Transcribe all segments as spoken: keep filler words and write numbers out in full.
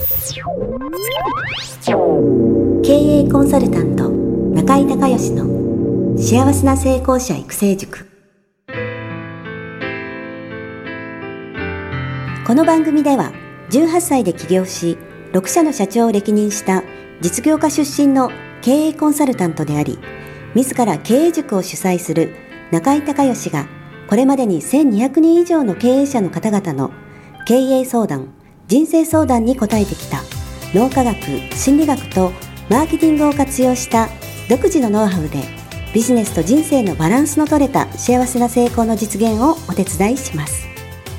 経営コンサルタント中井孝義の幸せな成功者育成塾。この番組ではじゅうはっさいで起業しろくしゃの社長を歴任した実業家出身の経営コンサルタントであり、自ら経営塾を主催する中井孝義がこれまでにせんにひゃくにん以上の経営者の方々の経営相談、人生相談に応えてきた脳科学、心理学とマーケティングを活用した独自のノウハウでビジネスと人生のバランスの取れた幸せな成功の実現をお手伝いします。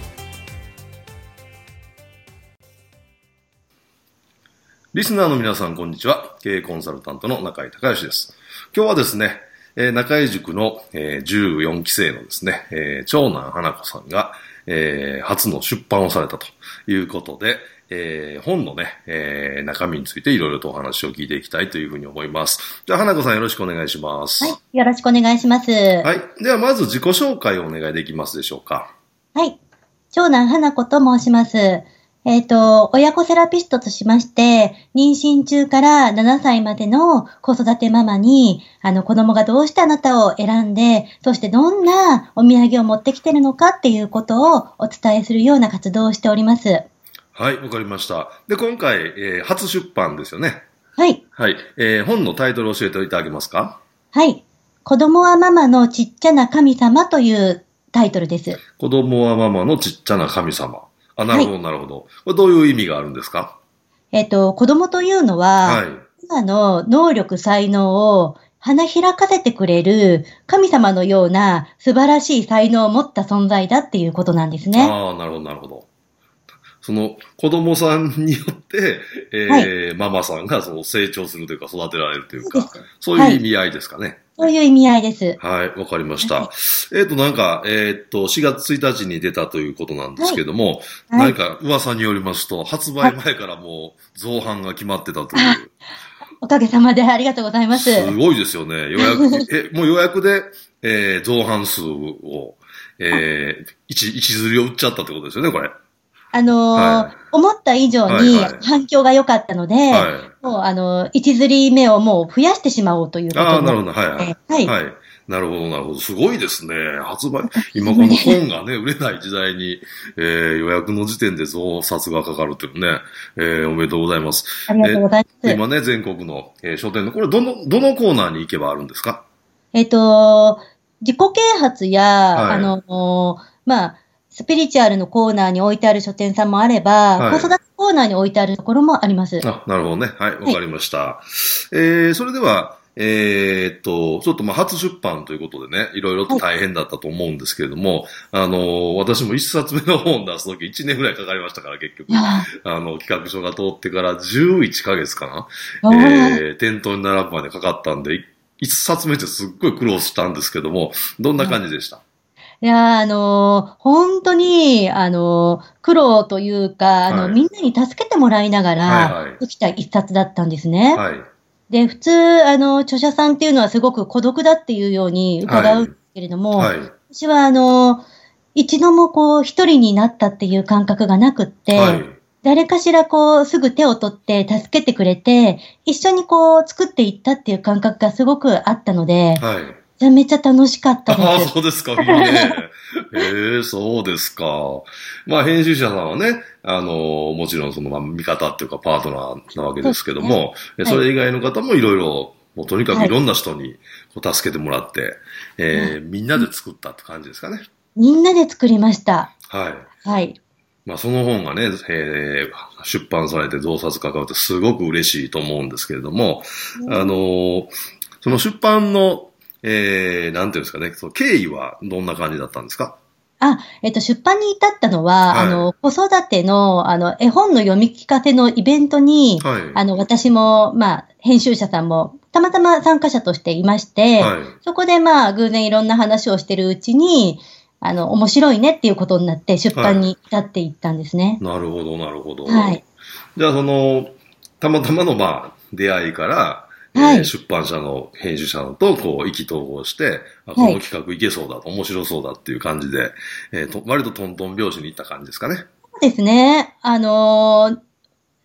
リスナーの皆さん、こんにちは。経営コンサルタントの中井孝義です。今日はですね、えー、中井塾の、えー、じゅうよんき生のですね、えー、長男花子さんが、えー、初の出版をされたということで、えー、本のね、えー、中身についていろいろとお話を聞いていきたいというふうに思います。じゃあ花子さん、よろしくお願いします。 はい、よろしくお願いします。 はい。ではまず自己紹介をお願いできますでしょうか。 はい。長男花子と申します。えっと、親子セラピストとしまして、妊娠中からななさいまでの子育てママに、あの、子供がどうしてあなたを選んで、そしてどんなお土産を持ってきてるのかっていうことをお伝えするような活動をしております。 はい、わかりました。で、今回、えー、初出版ですよね。 はい。 はい。えー、本のタイトルを教えていただけますか？ はい。子供はママのちっちゃな神様というタイトルです。 子供はママのちっちゃな神様。あ、なるほど、なるほど。これどういう意味があるんですか？ えっと、子供というのは、はい、今の能力、才能を花開かせてくれる神様のような素晴らしい才能を持った存在だっていうことなんですね。 ああ、なるほど、なるほど。その子供さんによって、えーはい、ママさんがその成長するというか育てられるというか、そう, そういう意味合いですかね。はい、 そういう意味合いです。 はい、わかりました。はい、えっ、ー、と、なんか、えっ、ー、と、しがつついたちに出たということなんですけども、はいはい、何か噂によりますと、発売前からもう造版が決まってたという。 おかげさまでありがとうございます。 すごいですよね。予約、え、もう予約で、えー、造版数を、えー、一、一釣りを売っちゃったってことですよね、これ。 あのーはい、思った以上に反響が良かったので、はいはい、もうあのー、一釣り目をもう増やしてしまおうということになって。 ああ、なるほど、はい、はい。はい。はい。なるほど、なるほど。すごいですね。発売、今この本がね、売れない時代に、えー、予約の時点で増刷がかかるっていうね、えー、おめでとうございます。 ありがとうございます。 今ね、全国の、えー、書店の、これどの、どのコーナーに行けばあるんですか？ えっと、自己啓発や、はい、あの、まあ、スピリチュアルのコーナーに置いてある書店さんもあれば、はい、子育てコーナーに置いてあるところもあります。 あ、なるほどね。はい、わかりました。はい、えー、それでは、えー、っと、ちょっとまあ初出版ということでね、いろいろと大変だったと思うんですけれども、はい、あの、私も一冊目の本を出すときいちねんぐらいかかりましたから、結局。あの、企画書が通ってからじゅういっかげつかな。えー、店頭に並ぶまでかかったんで、一冊目ってすっごい苦労したんですけども、どんな感じでした？はいいやあのー、本当に、あのー、苦労というか、あの、はい、みんなに助けてもらいながら、できた一冊だったんですね。はい。で、普通、あの、著者さんっていうのはすごく孤独だっていうように伺うんですけれども、はいはい、私は、あの、一度もこう、一人になったっていう感覚がなくって、はい、誰かしらこう、すぐ手を取って助けてくれて、一緒にこう、作っていったっていう感覚がすごくあったので、はいめちゃめちゃ楽しかったです。 ああ、そうですか、いいね。ええー、そうですか。まあ、編集者さんはね、あの、もちろんその、まあ、味方っていうかパートナーなわけですけども、そ,、ねはい、それ以外の方もいろいろ、もうとにかくいろんな人に助けてもらって、はい、えー、みんなで作ったって感じですかね。 みんなで作りました。 はい。 はい。 まあ、その本がね、えー、出版されて増刷かかるってすごく嬉しいと思うんですけれども、うん、あの、その出版のえー、なんていうんですかね、その経緯はどんな感じだったんですか？ あ、えっと、出版に至ったのは、はい、あの、子育ての、あの、絵本の読み聞かせのイベントに、はい、あの、私も、まあ、編集者さんも、たまたま参加者としていまして、はい、そこで、まあ、偶然いろんな話をしてるうちに、あの、面白いねっていうことになって、出版に至っていったんですね。 はい、なるほど、なるほど。はい。じゃあ、その、たまたまの、まあ、出会いから、はいえー、出版社の編集者のとこう意気投合して、はい、この企画いけそうだと、面白そうだっていう感じで、えー、と割とトントン拍子にいった感じですかね。 そうですね。あのー、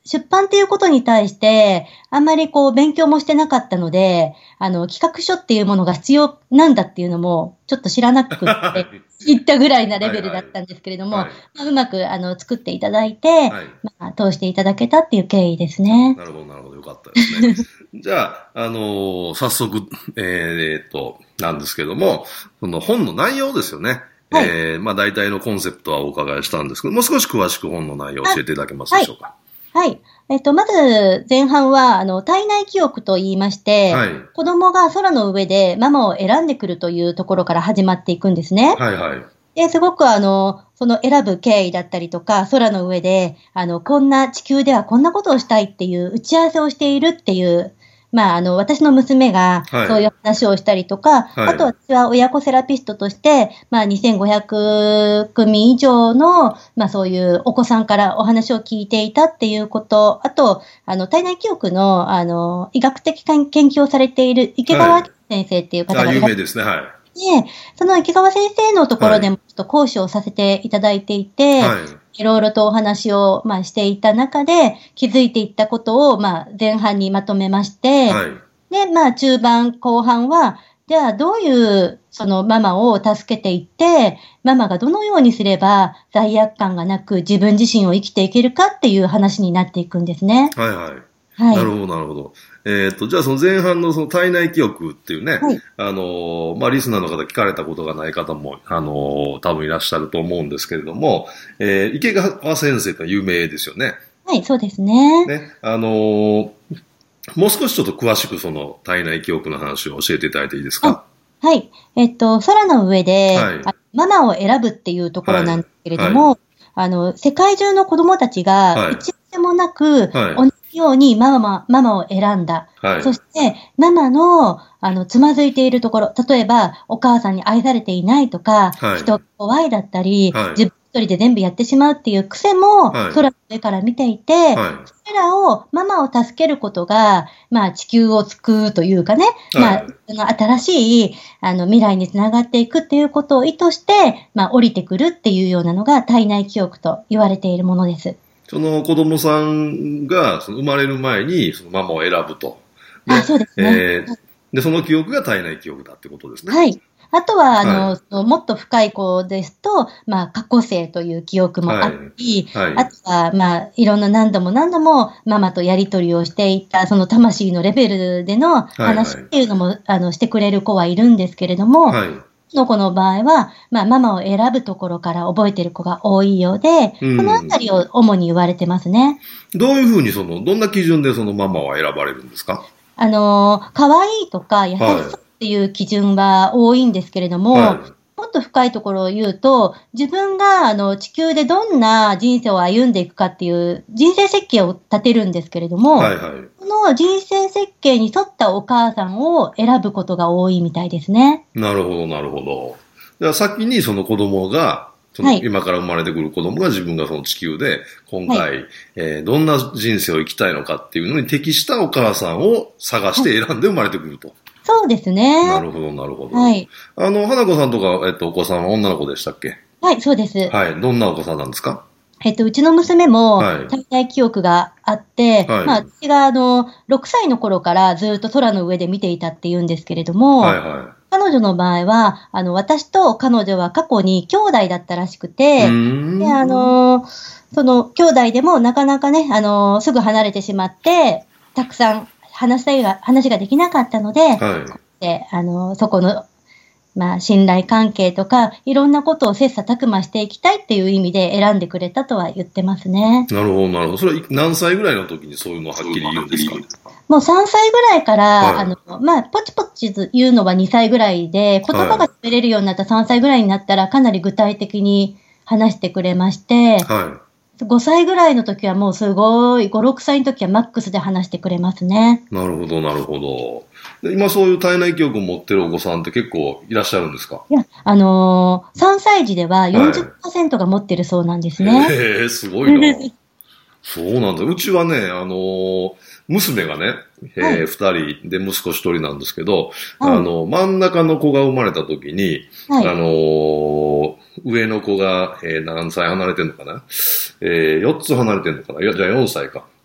出版っていうことに対して、あんまりこう勉強もしてなかったので、あの、企画書っていうものが必要なんだっていうのも、ちょっと知らなくって、知ったぐらいなレベルだったんですけれども、はいはいまあ、うまくあの作っていただいて、はいまあ、通していただけたっていう経緯ですね。 なるほど、なるほど。よかったですね。じゃあ、あのー、早速、えー、えー、っと、なんですけども、その本の内容ですよね。はい、えー、まあ大体のコンセプトはお伺いしたんですけど、もう少し詳しく本の内容を教えていただけますでしょうか。 はい。はい、えっと、まず前半は、あの、体内記憶と言いまして、はい、子供が空の上でママを選んでくるというところから始まっていくんですね。 はいはい。 で、すごくあの、その選ぶ経緯だったりとか、空の上で、あの、こんな地球ではこんなことをしたいっていう打ち合わせをしているっていう、まあ、あの、私の娘がそういう話をしたりとか、はい、あと私は親子セラピストとして、まあ、にせんごひゃくくみ以上の、まあ、そういうお子さんからお話を聞いていたっていうこと、あと、あの、体内記憶の、あの、医学的研究をされている池川先生っていう方がいらっしゃる。 はい、有名ですね、はい。 で、その池川先生のところでもちょっと講師をさせていただいていて、はい、いろいろとお話を、まあ、していた中で気づいていったことを、まあ、前半にまとめまして、はい、で、まあ、中盤後半は、じゃあどういうそのママを助けていって、ママがどのようにすれば罪悪感がなく自分自身を生きていけるかっていう話になっていくんですね。 はいはい。はい、なるほど、なるほど。えっと、じゃあその前半のその体内記憶っていうね、はい、あの、まあ、リスナーの方聞かれたことがない方も、あの、多分いらっしゃると思うんですけれども、えー、池川先生って有名ですよね。 はい、そうですね。 ね、あの、もう少しちょっと詳しくその体内記憶の話を教えていただいていいですか？ はい。えっと、空の上で、はい、ママを選ぶっていうところなんですけれども、はいはい、あの、世界中の子供たちが一度でもなく、はいようにママ、ママを選んだ。はい、そして、ママの、あの、つまずいているところ、例えば、お母さんに愛されていないとか、はい、人が怖いだったり、はい、自分一人で全部やってしまうっていう癖も、はい、空の上から見ていて、はい、それらを、ママを助けることが、まあ、地球を救うというかね、はい、まあ、その新しい、あの、未来につながっていくっていうことを意図して、まあ、降りてくるっていうようなのが、体内記憶と言われているものです。 その子供さんがその生まれる前にそのママを選ぶと。 あ、そうですね。 えー、で、その記憶が体内記憶だってことですね。 はい。あとは、あの、はい、もっと深い子ですと、まあ、過去性という記憶もあったり、はいはい、あとは、まあ、いろんな何度も何度もママとやりとりをしていた、その魂のレベルでの話っていうのも、はいはい、あの、してくれる子はいるんですけれども、はいの子の場合は、まあ、ママを選ぶところから覚えている子が多いようで、このあたりを主に言われてますね。 どういうふうにその、どんな基準でそのママは選ばれるんですか？ あの、可愛いとか優しそうっていう基準は多いんですけれども、はい、もっと深いところを言うと、自分があの地球でどんな人生を歩んでいくかっていう人生設計を立てるんですけれども、はいはい、この人生設計に沿ったお母さんを選ぶことが多いみたいですね。 なるほど、なるほど。だから先にその子供が、その今から生まれてくる子供が自分がその地球で今回、はいえー、どんな人生を生きたいのかっていうのに適したお母さんを探して選んで生まれてくると。はいそうですね。 なるほど、なるほど。はい。あの、花子さんとか、えっと、お子さんは女の子でしたっけ？ はい、そうです。 はい。どんなお子さんなんですか？ えっと、うちの娘も、体内記憶があって、はい、まあ、私が、あの、ろくさいの頃からずっと空の上で見ていたって言うんですけれども、はいはい、彼女の場合は、あの、私と彼女は過去に兄弟だったらしくて、で、あの、その、兄弟でもなかなかね、あの、すぐ離れてしまって、たくさん、話が、話ができなかったので、はい、であのそこの、まあ、信頼関係とか、いろんなことを切磋琢磨していきたいっていう意味で選んでくれたとは言ってますね。 なるほど、なるほど。それは何歳ぐらいの時にそういうのをはっきり言うんですか？ もうさんさいぐらいから、はい、あの、まあ、ポチポチ言うのはにさいぐらいで、言葉が喋れるようになったさんさいぐらいになったら、かなり具体的に話してくれまして、はいごさいぐらいの時はもうすごい、ご、ろくさいの時はマックスで話してくれますね。 なるほど、なるほど。で今そういう体内記憶を持ってるお子さんって結構いらっしゃるんですか？ いや、あのー、さんさい児では よんじゅっパーセント が持ってるそうなんですね。 はい、へー、すごいな。そうなんだ。うちはね、あのー、娘がね、えーはい、ふたりで息子ひとりなんですけど、はい、あの、真ん中の子が生まれた時に、はい、あのー、上の子が、えー、何歳離れてんのかな、えー、よっつ離れてんのかないや、じゃあよんさいか。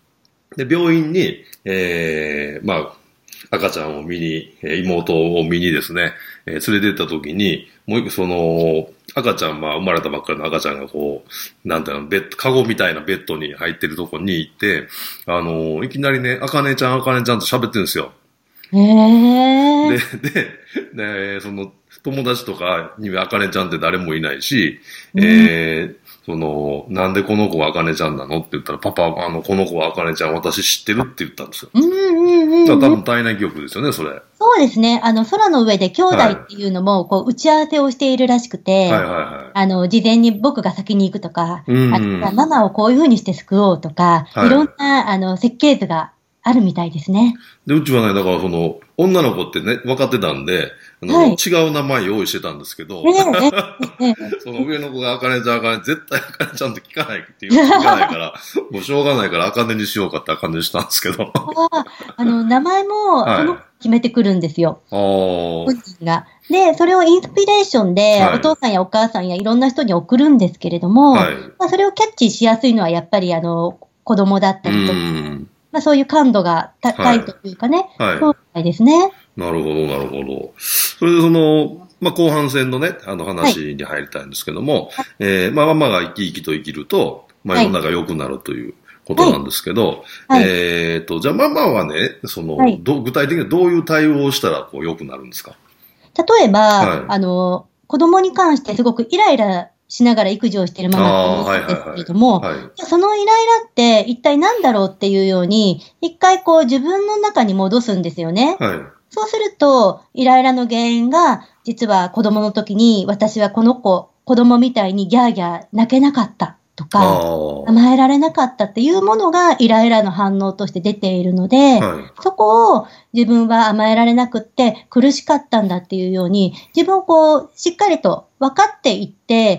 で、病院に、えー、まあ、赤ちゃんを見に、妹を見にですね、えー、連れて行った時に、もう一個その、赤ちゃん、まあ生まれたばっかりの赤ちゃんがこう、なんていうの、ベッド、カゴみたいなベッドに入ってるとこに行って、あのー、いきなりね、あかねちゃん、あかねちゃんと喋ってるんですよ。 へー。 で、で、で、その、友達とかにあかねちゃんって誰もいないし、うん、えー、その、なんでこの子はあかねちゃんなのって言ったら、パパ、あの、この子はあかねちゃん私知ってるって言ったんですよ。 うんうんうん、うん。 多分体内記憶ですよね、それ。 そうですね。あの、空の上で兄弟っていうのも、こう、打ち合わせをしているらしくて、はいはいはい、あの、事前に僕が先に行くとか、うんうん、あのママをこういう風にして救おうとか、はい、いろんな、あの、設計図があるみたいですね。 で、うちはね、だからその、女の子ってね、分かってたんで、あの、はい、違う名前用意してたんですけど、えーえー、その上の子があかねちゃんあかね、絶対あかねちゃんと聞かないっていう聞かないから、もうしょうがないからあかねにしようかってあかねにしたんですけど。 あ, あの、名前も、その決めてくるんですよ。はい、本人が。で、それをインスピレーションで、はい、お父さんやお母さんやいろんな人に送るんですけれども、はい、まあ、それをキャッチしやすいのはやっぱりあの、子供だったりとか、まあ、そういう感度が高いというかね、はいはい、そうですね。 なるほど、なるほど。それでその、まあ、後半戦のね、あの話に入りたいんですけども、はい、えー、まあ、ママが生き生きと生きると、まあ、世の中良くなるということなんですけど、はいはい、えっと、じゃあママはね、その、はい、ど具体的にどういう対応をしたらこう良くなるんですか？ 例えば、はい、あの、子供に関してすごくイライラしながら育児をしているママがいるんですけれども、はいはいはい、そのイライラって一体何だろうっていうように、一回こう自分の中に戻すんですよね。はい、そうすると、イライラの原因が、実は子供の時に私はこの子、子供みたいにギャーギャー泣けなかったとか、甘えられなかったっていうものがイライラの反応として出ているので、はい、そこを自分は甘えられなくって苦しかったんだっていうように、自分をこう、しっかりと分かっていって、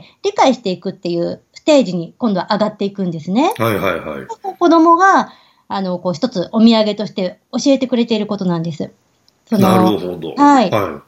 理解していくっていうステージに今度は上がっていくんですね。 はいはいはい。 子供が、あの、こう一つお土産として教えてくれていることなんです。 そのなるほど。 はい。 はい。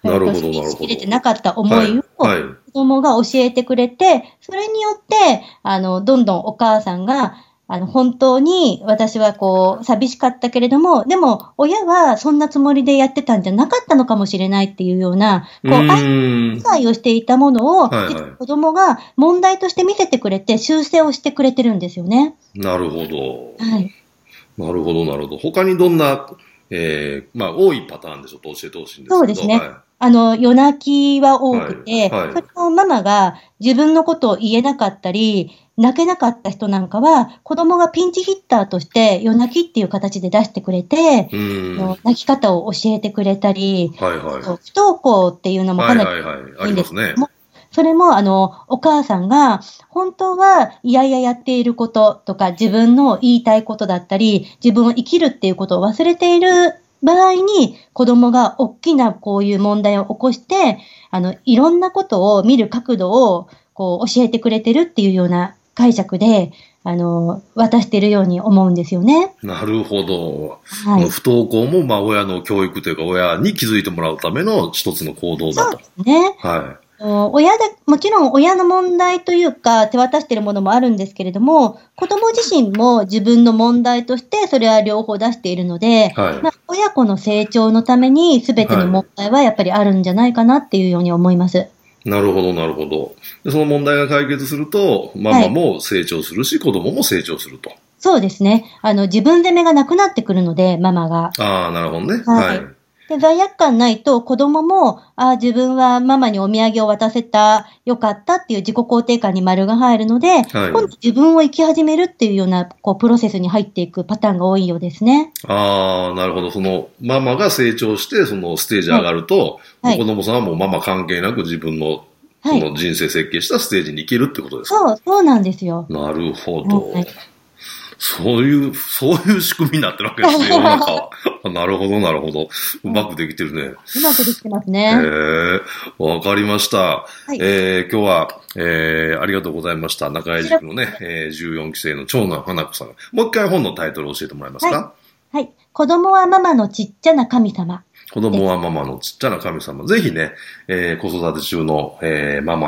なるほど、なるほど。 知れてなかった思いを子供が教えてくれて、はいはい、それによって、あの、どんどんお母さんが、あの、本当に私はこう、寂しかったけれども、でも、親はそんなつもりでやってたんじゃなかったのかもしれないっていうような、こう、愛理解をしていたものを、はいはい、子供が問題として見せてくれて、修正をしてくれてるんですよね。 なるほど。 はい。 なるほど、なるほど。他にどんな、えー、まあ、多いパターンでちょっと教えてほしいんですけど。 そうですね。はい、あの、夜泣きは多くて、はいはい、それをママが自分のことを言えなかったり、泣けなかった人なんかは、子供がピンチヒッターとして夜泣きっていう形で出してくれて、泣き方を教えてくれたり、はいはい、不登校っていうのもかなりいいんですけども、はいはいはい、ありますね。それも、あの、お母さんが、本当はいやいややっていることとか、自分の言いたいことだったり、自分を生きるっていうことを忘れている場合に、子供が大きなこういう問題を起こして、あの、いろんなことを見る角度を、こう、教えてくれてるっていうような解釈で、あの、渡しているように思うんですよね。 なるほど。はい、不登校も、まあ、親の教育というか、親に気づいてもらうための一つの行動だと。 そうですね。 はい。 親だ、もちろん親の問題というか手渡しているものもあるんですけれども、子供自身も自分の問題としてそれは両方出しているので、はい、まあ、親子の成長のために全ての問題はやっぱりあるんじゃないかなっていうように思います。はい、 なるほど、なるほど。で、その問題が解決すると、ママも成長するし、はい、子供も成長すると。 そうですね。あの、自分責めがなくなってくるので、ママが。 ああ、なるほどね。はい。はい、 で、罪悪感ないと子供も、ああ、自分はママにお土産を渡せた、よかったっていう自己肯定感に丸が入るので、はい、今度自分を生き始めるっていうような、こう、プロセスに入っていくパターンが多いようですね。 ああ、なるほど。その、ママが成長して、そのステージ上がると、はい、子供さんはもうママ関係なく自分の、その人生設計したステージに行けるってことですか？ そう、そうなんですよ。 なるほど。はい、そういう、そういう仕組みになってるわけですね、世の中は。なるほど、なるほど。うまくできてるね。 うまくできてますね。 ええー、わかりました。はい、えー、今日は、えー、ありがとうございました。中江塾のね、えー、じゅうよんきせいの長男花子さん。もう一回本のタイトルを教えてもらえますか？ はい。はい、子供はママのちっちゃな神様。 子供はママのちっちゃな神様。ぜひね、えー、子育て中の、えー、ママや、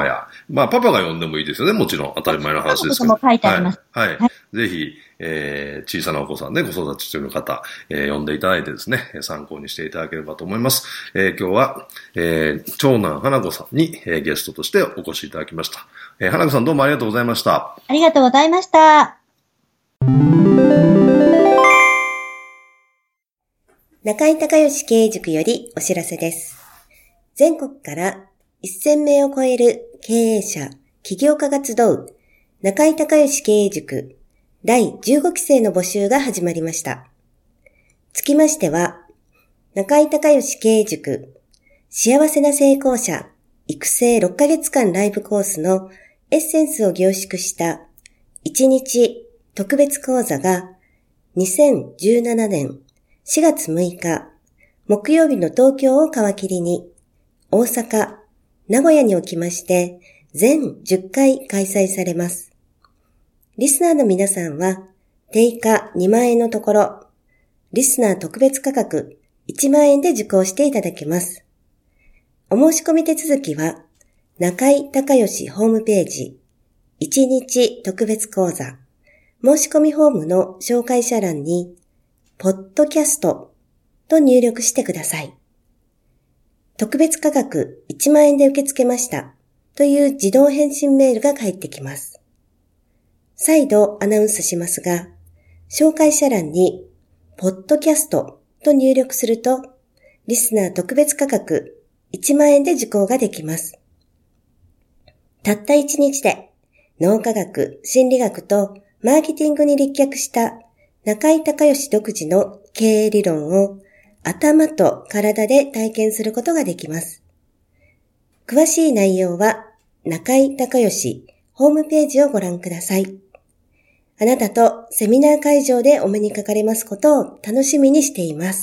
まあ、パパが読んでもいいですよね。もちろん、当たり前の話ですけど。 パパも書いてあります。 はい。はいはい、ぜひ、えー、小さなお子さんで、ね、子育て中の方、えー、読んでいただいてですね、参考にしていただければと思います。えー、今日は、えー、長男花子さんに、えー、ゲストとしてお越しいただきました。えー、花子さんどうもありがとうございました。 ありがとうございました。 中井隆義経営塾よりお知らせです。全国からせんめいを超える経営者、起業家が集う中井隆義経営塾だいじゅうごきせいの募集が始まりました。つきましては、中井隆義経営塾幸せな成功者育成ろっかげつかんライブコースのエッセンスを凝縮したいちにち特別講座がにせんじゅうななねんしがつむいか木曜日の東京を皮切りに大阪、名古屋におきまして全じゅっかい開催されます。リスナーの皆さんは定価にまんえんのところ、リスナー特別価格いちまんえんで受講していただけます。お申し込み手続きは中井隆義ホームページいちにち特別講座申し込みフォームの紹介者欄にポッドキャストと入力してください。特別価格いちまんえんで受け付けましたという自動返信メールが返ってきます。再度アナウンスしますが、紹介者欄にポッドキャストと入力すると、リスナー特別価格いちまんえんで受講ができます。たったいちにちで脳科学、心理学とマーケティングに立脚した中井隆義独自の経営理論を頭と体で体験することができます。詳しい内容は中井隆義ホームページをご覧ください。あなたとセミナー会場でお目にかかれますことを楽しみにしています。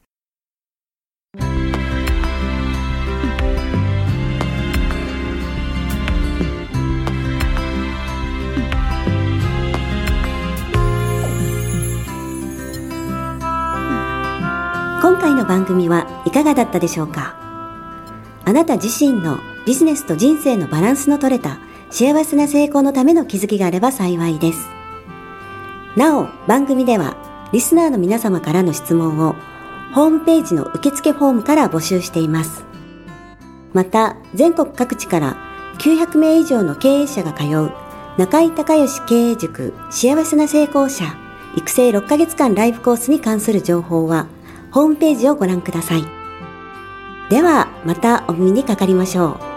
今回の番組はいかがだったでしょうか。あなた自身のビジネスと人生のバランスの取れた幸せな成功のための気づきがあれば幸いです。なお、番組ではリスナーの皆様からの質問をホームページの受付フォームから募集しています。また、全国各地からきゅうひゃくめい以上の経営者が通う中井隆義経営塾幸せな成功者育成ろっかげつかんライブコースに関する情報はホームページをご覧ください。ではまたお耳にかかりましょう。